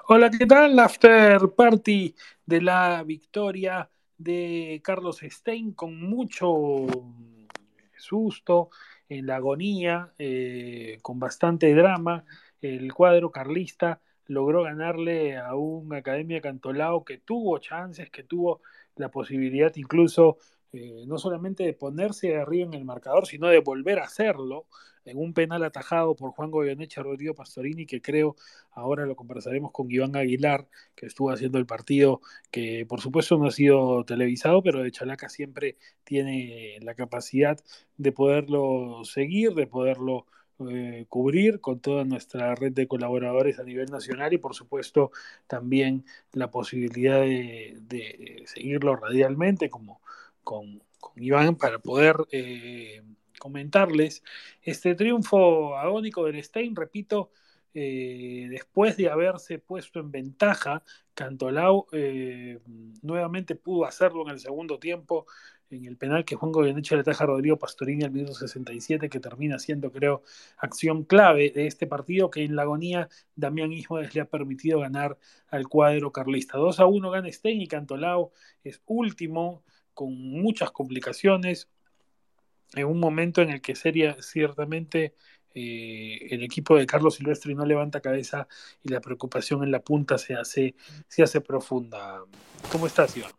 Hola, ¿qué tal? After party de la victoria de Carlos Stein con mucho susto en la agonía, con bastante drama. El cuadro carlista logró ganarle a un Academia Cantolao que tuvo chances, que tuvo la posibilidad incluso no solamente de ponerse arriba en el marcador, sino de volver a hacerlo en un penal atajado por Juan Goyeneche Rodrigo Pastorini, que creo, ahora lo conversaremos con Iván Aguilar, que estuvo haciendo el partido, que por supuesto no ha sido televisado, pero de Chalaca siempre tiene la capacidad de poderlo seguir, de poderlo cubrir con toda nuestra red de colaboradores a nivel nacional y por supuesto también la posibilidad de seguirlo radialmente como con Iván para poder comentarles este triunfo agónico del Stein, repito, después de haberse puesto en ventaja, Cantolao nuevamente pudo hacerlo en el segundo tiempo, en el penal que Juan Goyeneche le ataja a Rodrigo Pastorini al minuto 67, que termina siendo, creo, acción clave de este partido, que en la agonía Damián Ismodes le ha permitido ganar al cuadro carlista. 2-1 gana Stein y Cantolao es último, con muchas complicaciones, en un momento en el que sería ciertamente el equipo de Carlos Silvestri no levanta cabeza y la preocupación en la punta se hace profunda. ¿Cómo estás, Iván?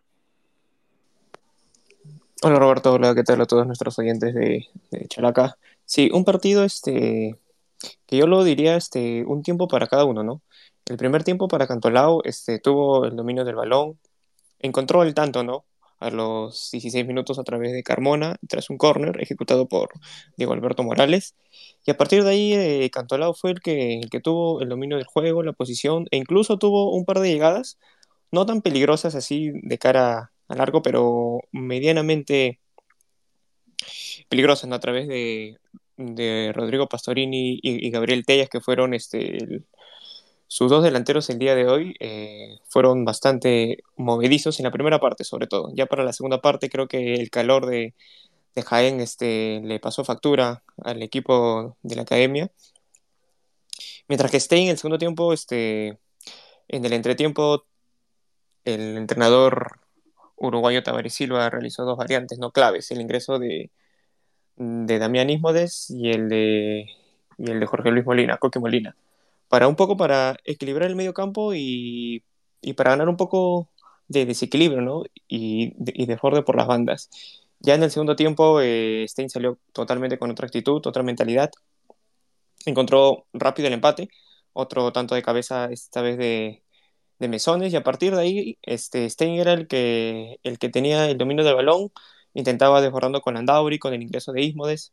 Hola Roberto, hola, ¿qué tal a todos nuestros oyentes de Chalaca? Sí, un partido que yo lo diría un tiempo para cada uno, ¿no? El primer tiempo para Cantolao tuvo el dominio del balón, encontró el tanto, ¿no? A los 16 minutos a través de Carmona, tras un córner ejecutado por Diego Alberto Morales. Y a partir de ahí, Cantolao fue el que tuvo el dominio del juego, la posición, e incluso tuvo un par de llegadas, no tan peligrosas así de cara a largo, pero medianamente peligrosas, ¿no? A través de Rodrigo Pastorini y Gabriel Tellas, que fueron sus dos delanteros el día de hoy, fueron bastante movedizos en la primera parte, sobre todo. Ya para la segunda parte, creo que el calor de Jaén le pasó factura al equipo de la academia. Mientras que Stein en el segundo tiempo, en el entretiempo, el entrenador uruguayo Tavares Silva realizó dos variantes no claves: el ingreso de Damián Ismodes y el de Jorge Luis Molina, Coque Molina, para un poco para equilibrar el medio campo y para ganar un poco de desequilibrio, ¿no? Y desborde por las bandas. Ya en el segundo tiempo, Stein salió totalmente con otra actitud, otra mentalidad, encontró rápido el empate, otro tanto de cabeza esta vez de Mesones, y a partir de ahí Stein era el que tenía el dominio del balón, intentaba desbordando con Andauri, con el ingreso de Ismodes,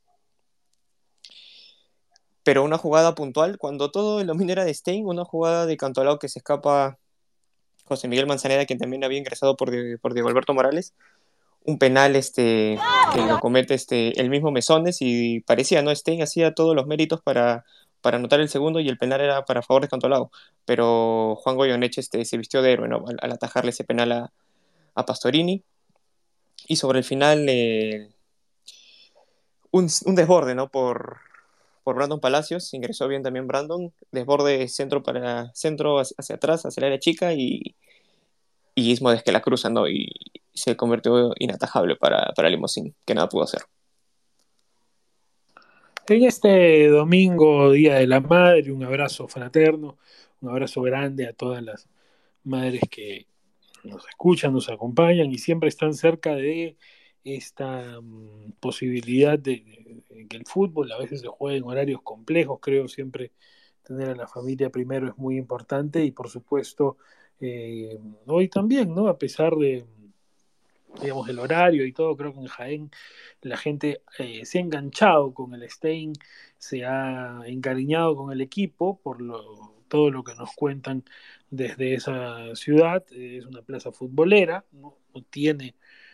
pero una jugada puntual, cuando todo el dominio era de Stein, una jugada de Cantolao que se escapa José Miguel Manzaneda, quien también había ingresado por Diego Alberto Morales, un penal que lo comete el mismo Mesones, y parecía, ¿no? Stein hacía todos los méritos para anotar el segundo y el penal era para favor de Cantolao, pero Juan Goyeneche se vistió de héroe, ¿no? Al atajarle ese penal a Pastorini, y sobre el final un desborde, ¿no? Por Brandon Palacios, ingresó bien también Brandon, desborde centro para centro hacia atrás, hacia el área chica, y Ismodes que la cruza, ¿no? Y se convirtió inatajable para Limosín, que nada pudo hacer. En este domingo, Día de la Madre, un abrazo fraterno, un abrazo grande a todas las madres que nos escuchan, nos acompañan y siempre están cerca de esta posibilidad de que el fútbol a veces se juega en horarios complejos. Creo siempre tener a la familia primero es muy importante y por supuesto hoy también, ¿no? A pesar de, digamos, el horario y todo, creo que en Jaén la gente se ha enganchado con el Stein, se ha encariñado con el equipo por todo lo que nos cuentan desde esa ciudad. Es una plaza futbolera, no tiene,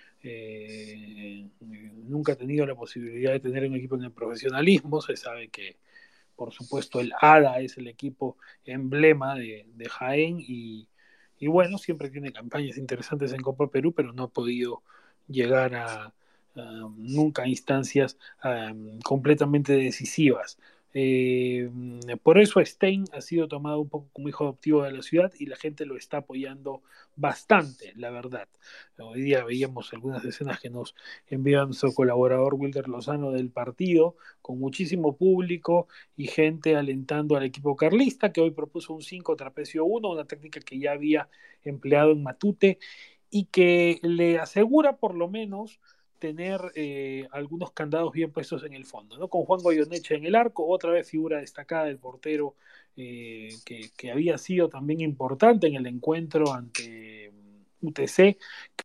nunca ha tenido la posibilidad de tener un equipo en el profesionalismo. Se sabe que, por supuesto, el ADA es el equipo emblema de Jaén y bueno, siempre tiene campañas interesantes en Copa Perú, pero no ha podido llegar a nunca a instancias completamente decisivas. Por eso Stein ha sido tomado un poco como hijo adoptivo de la ciudad y la gente lo está apoyando bastante, la verdad. Hoy día veíamos algunas escenas que nos envía nuestro colaborador Wilder Lozano del partido, con muchísimo público y gente alentando al equipo carlista, que hoy propuso un 5 trapecio 1, una técnica que ya había empleado en Matute y que le asegura por lo menos tener algunos candados bien puestos en el fondo, ¿no? Con Juan Goyoneche en el arco, otra vez figura destacada del portero que había sido también importante en el encuentro ante UTC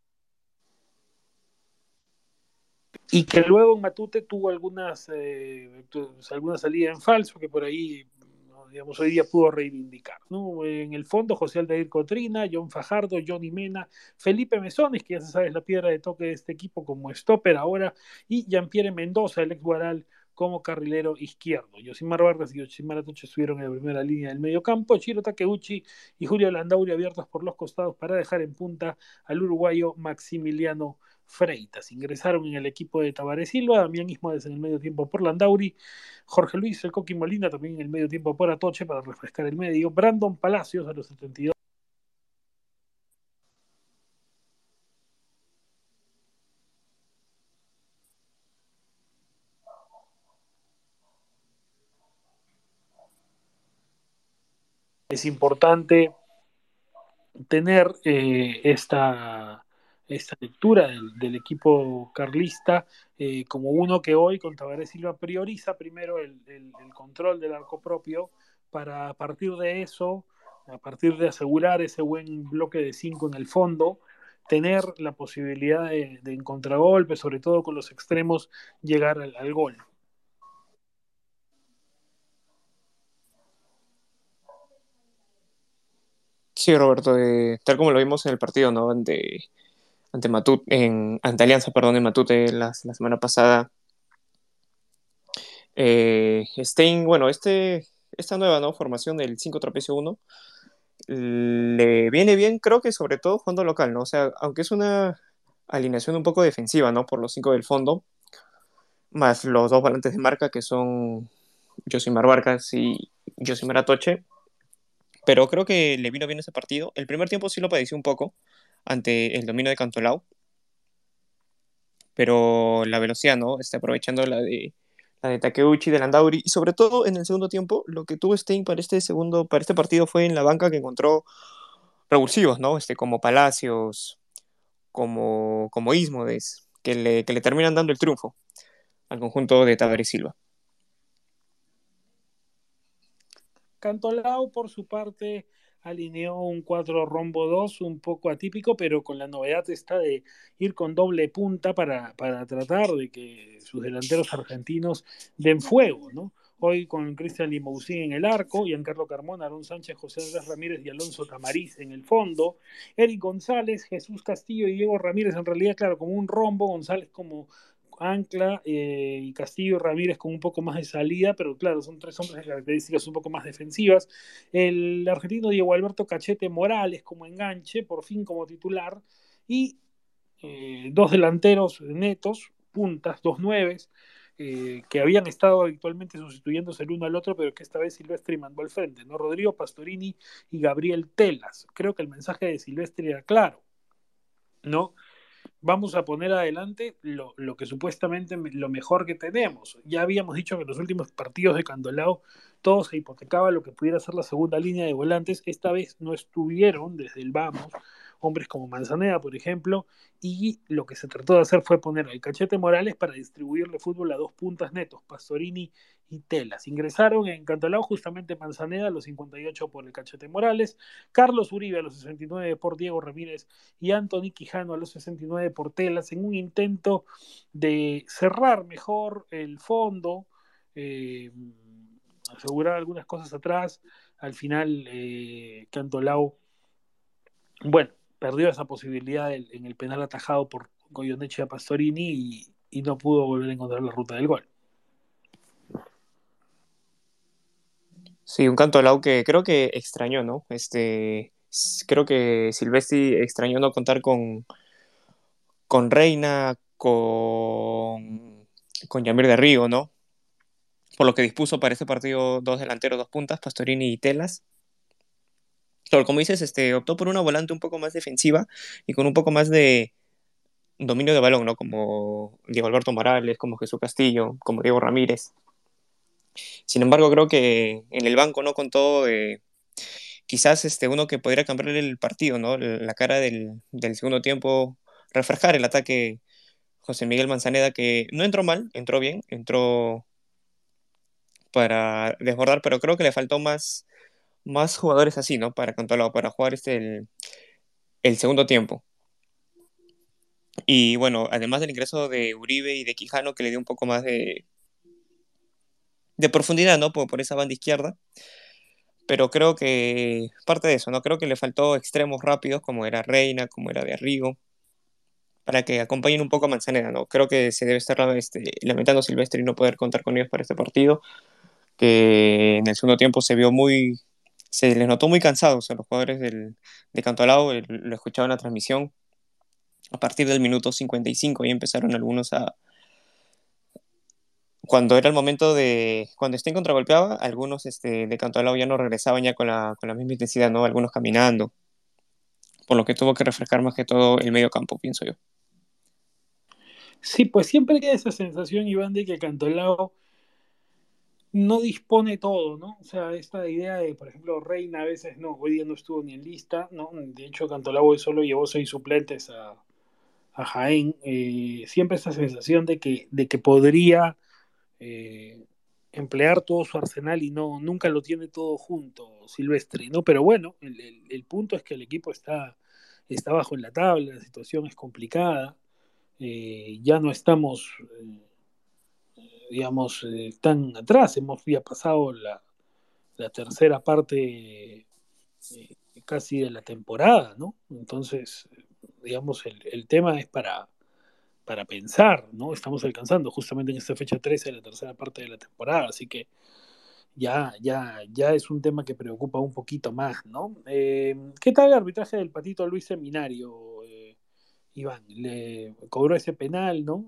y que luego en Matute tuvo alguna salida en falso que por ahí, ¿no? Digamos, hoy día pudo reivindicar, ¿no? En el fondo, José Aldair Cotrina, John Fajardo, Johnny Mena, Felipe Mesones, que ya se sabe es la piedra de toque de este equipo como stopper ahora, y Jean-Pierre Mendoza, el ex Guaral, como carrilero izquierdo. Yosimar Vargas y Yoshimar Atoche estuvieron en la primera línea del medio campo, Chiro Takeuchi y Julio Landauri abiertos por los costados para dejar en punta al uruguayo Maximiliano Freitas. Ingresaron en el equipo de Tabaré Silva, Damián Ismodes en el medio tiempo por Landauri, Jorge Luis El Coqui Molina también en el medio tiempo por Atoche para refrescar el medio, Brandon Palacios a los 72. Es importante tener esta lectura del equipo carlista como uno que hoy con Tabaré Silva prioriza primero el control del arco propio para a partir de eso, a partir de asegurar ese buen bloque de 5 en el fondo, tener la posibilidad de en contragolpe, sobre todo con los extremos, llegar al gol. Sí, Roberto, tal como lo vimos en el partido, ¿no? Ante Matute, ante Alianza, perdón, en Matute la semana pasada. Stein, bueno, esta nueva, ¿no? Formación del 5 trapecio 1 le viene bien, creo que sobre todo jugando local, ¿no? O sea, aunque es una alineación un poco defensiva, ¿no? Por los 5 del fondo, más los dos volantes de marca que son Josimar Vargas y Josimar Atoche, pero creo que le vino bien ese partido. El primer tiempo sí lo padeció un poco ante el dominio de Cantolao, pero la velocidad, ¿no? Aprovechando la de Takeuchi, de Landauri, y sobre todo en el segundo tiempo, lo que tuvo Stein para este partido fue en la banca que encontró revulsivos, ¿no? Como Palacios, como Ismodes, que le terminan dando el triunfo al conjunto de Tabaré Silva. Cantolao, por su parte, alineó un 4 rombo 2 un poco atípico, pero con la novedad esta de ir con doble punta para tratar de que sus delanteros argentinos den fuego, ¿no? Hoy con Cristian Limousin en el arco, Giancarlo Carmona, Aaron Sánchez, José Andrés Ramírez y Alonso Tamariz en el fondo, Eric González, Jesús Castillo y Diego Ramírez, en realidad, claro, como un rombo, González como Ancla y Castillo Ramírez con un poco más de salida, pero claro, son tres hombres de características un poco más defensivas. El argentino Diego Alberto Cachete Morales como enganche, por fin como titular, y dos delanteros netos, puntas, dos nueves, que habían estado habitualmente sustituyéndose el uno al otro, pero que esta vez Silvestri mandó al frente, ¿no? Rodrigo Pastorini y Gabriel Telas. Creo que el mensaje de Silvestri era claro, ¿no? Vamos a poner adelante lo que supuestamente lo mejor que tenemos. Ya habíamos dicho que en los últimos partidos de Candolao todo se hipotecaba lo que pudiera ser la segunda línea de volantes. Esta vez no estuvieron desde el vamos hombres como Manzaneda, por ejemplo, y lo que se trató de hacer fue poner al Cachete Morales para distribuirle fútbol a dos puntas netos, Pastorini y Telas. Ingresaron en Cantolao justamente Manzaneda a los 58 por el Cachete Morales, Carlos Uribe a los 69 por Diego Ramírez y Anthony Quijano a los 69 por Telas en un intento de cerrar mejor el fondo, eh, asegurar algunas cosas atrás. Al final, Cantolao, bueno, perdió esa posibilidad en el penal atajado por Goyoneche a Pastorini y no pudo volver a encontrar la ruta del gol. Sí, un canto al lado que creo que extrañó, ¿no? Creo que Silvestri extrañó no contar con Reina, con Yamir de Río, ¿no? por lo que dispuso para ese partido dos delanteros, dos puntas, Pastorini y Telas. Pero como dices, optó por una volante un poco más defensiva y con un poco más de dominio de balón, ¿no? Como Diego Alberto Morales, como Jesús Castillo, como Diego Ramírez. Sin embargo, creo que en el banco no contó quizás uno que podría cambiar el partido, ¿no? La cara del segundo tiempo, refrescar el ataque José Miguel Manzaneda, que no entró mal, entró bien, entró para desbordar, pero creo que le faltó más jugadores así, ¿no? Para controlarlo, para jugar el segundo tiempo. Y bueno, además del ingreso de Uribe y de Quijano, que le dio un poco más de profundidad, ¿no? Por esa banda izquierda. Pero creo que parte de eso, ¿no? Creo que le faltó extremos rápidos, como era Reina, como era de Arrigo, para que acompañen un poco a Manzaneda, ¿no? Creo que se debe estar lamentando Silvestre y no poder contar con ellos para este partido, que en el segundo tiempo se les notó muy cansados a los jugadores de Cantolao, lo escuchaba en la transmisión, a partir del minuto 55 y empezaron algunos cuando era el momento cuando Stein contragolpeaba, algunos de Cantolao ya no regresaban ya con la misma intensidad, ¿no? Algunos caminando, por lo que tuvo que refrescar más que todo el medio campo, pienso yo. Sí, pues siempre queda esa sensación, Iván, de que Cantolao no dispone todo, ¿no? O sea, esta idea de, por ejemplo, Reina a veces no, hoy día no estuvo ni en lista, ¿no? De hecho, Cantolao solo llevó 6 suplentes a Jaén. Siempre esa sensación de que podría eh, emplear todo su arsenal y no, nunca lo tiene todo junto, Silvestre, ¿no? Pero bueno, el punto es que el equipo está bajo en la tabla, la situación es complicada, ya no estamos, digamos, tan atrás, hemos ya pasado la tercera parte casi de la temporada, ¿no? Entonces, digamos, el tema es para pensar, ¿no? Estamos alcanzando justamente en esta fecha 13 de la tercera parte de la temporada, así que ya es un tema que preocupa un poquito más, ¿no? ¿Qué tal el arbitraje del patito Luis Seminario, Iván? Le cobró ese penal, ¿no?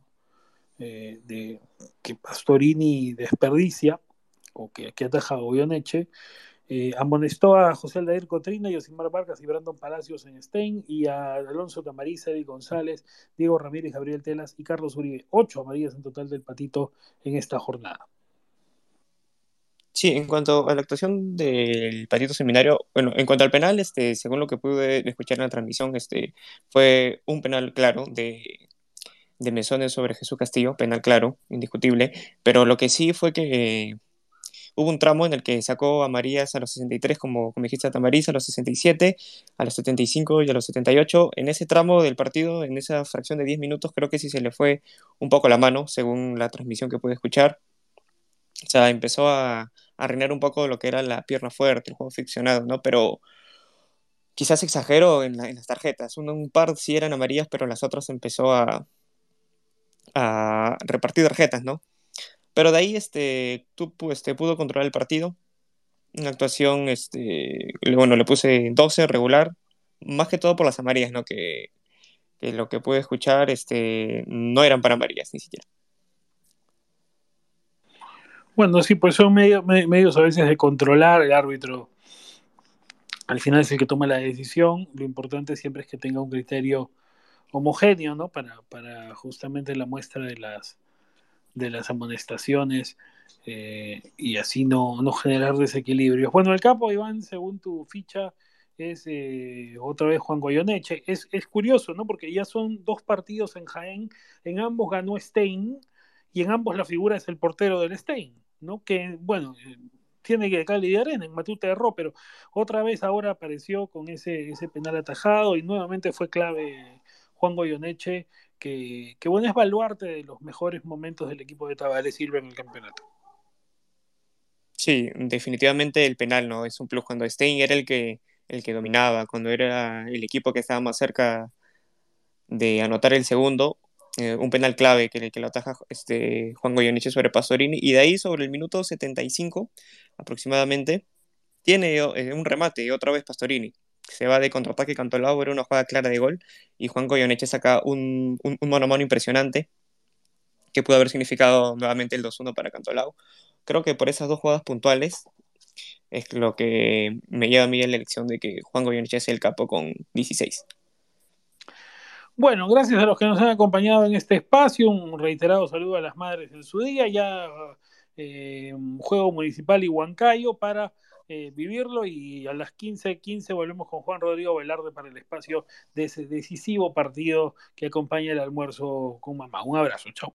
De que Pastorini desperdicia, o que ataja a Goyeneche. Amonestó a José Aldair Cotrina, Yosimar Vargas y Brandon Palacios en Stein, y a Alonso Tamariz, Eddie González, Diego Ramírez, Gabriel Telas y Carlos Uribe. 8 amarillas en total del patito en esta jornada. Sí, en cuanto a la actuación del Patito Seminario, bueno, en cuanto al penal, según lo que pude escuchar en la transmisión, fue un penal claro de Mesones sobre Jesús Castillo, penal claro, indiscutible, pero lo que sí fue que hubo un tramo en el que sacó a Marías a los 63, como dijiste, a Tamariz a los 67, a los 75 y a los 78. En ese tramo del partido, en esa fracción de 10 minutos, creo que sí se le fue un poco la mano, según la transmisión que pude escuchar. O sea, empezó a reinar un poco lo que era la pierna fuerte, el juego ficcionado, ¿no? Pero quizás exagero en las tarjetas. Un par sí eran amarillas, pero las otras empezó a repartir tarjetas, ¿no? Pero de ahí pudo controlar el partido. Una actuación, bueno, le puse 12 regular, más que todo por las amarillas, ¿no? Que lo que pude escuchar, no eran para amarillas ni siquiera. Bueno, sí, pues son medios a veces de controlar el árbitro. Al final es el que toma la decisión. Lo importante siempre es que tenga un criterio homogéneo, ¿no? Para justamente la muestra de las amonestaciones, y así no generar desequilibrios. Bueno, el capo, Iván, según tu ficha, es otra vez Juan Goyoneche. Es curioso, ¿no? Porque ya son 2 partidos en Jaén, en ambos ganó Stein y en ambos la figura es el portero del Stein, ¿no? Que, bueno, tiene que Cali de arena, en Matute erró, pero otra vez ahora apareció con ese penal atajado y nuevamente fue clave Juan Goyoneche, que bueno, es baluarte de los mejores momentos del equipo de Tavares Silva en el campeonato. Sí, definitivamente el penal, ¿no? Es un plus cuando Stein era el que dominaba, cuando era el equipo que estaba más cerca de anotar el segundo, un penal clave que lo ataja Juan Goyeneche sobre Pastorini, y de ahí sobre el minuto 75 aproximadamente, tiene un remate, y otra vez Pastorini. Se va de contraataque Cantolao, era una jugada clara de gol, y Juan Goyeneche saca un mano a mano impresionante, que pudo haber significado nuevamente el 2-1 para Cantolao. Creo que por esas dos jugadas puntuales es lo que me lleva a mí a la elección de que Juan Goyeneche es el capo con 16. Bueno, gracias a los que nos han acompañado en este espacio. Un reiterado saludo a las madres en su día. Ya juego municipal y Huancayo para vivirlo. Y a las 15:15 volvemos con Juan Rodrigo Velarde para el espacio de ese decisivo partido que acompaña el almuerzo con mamá. Un abrazo, chao.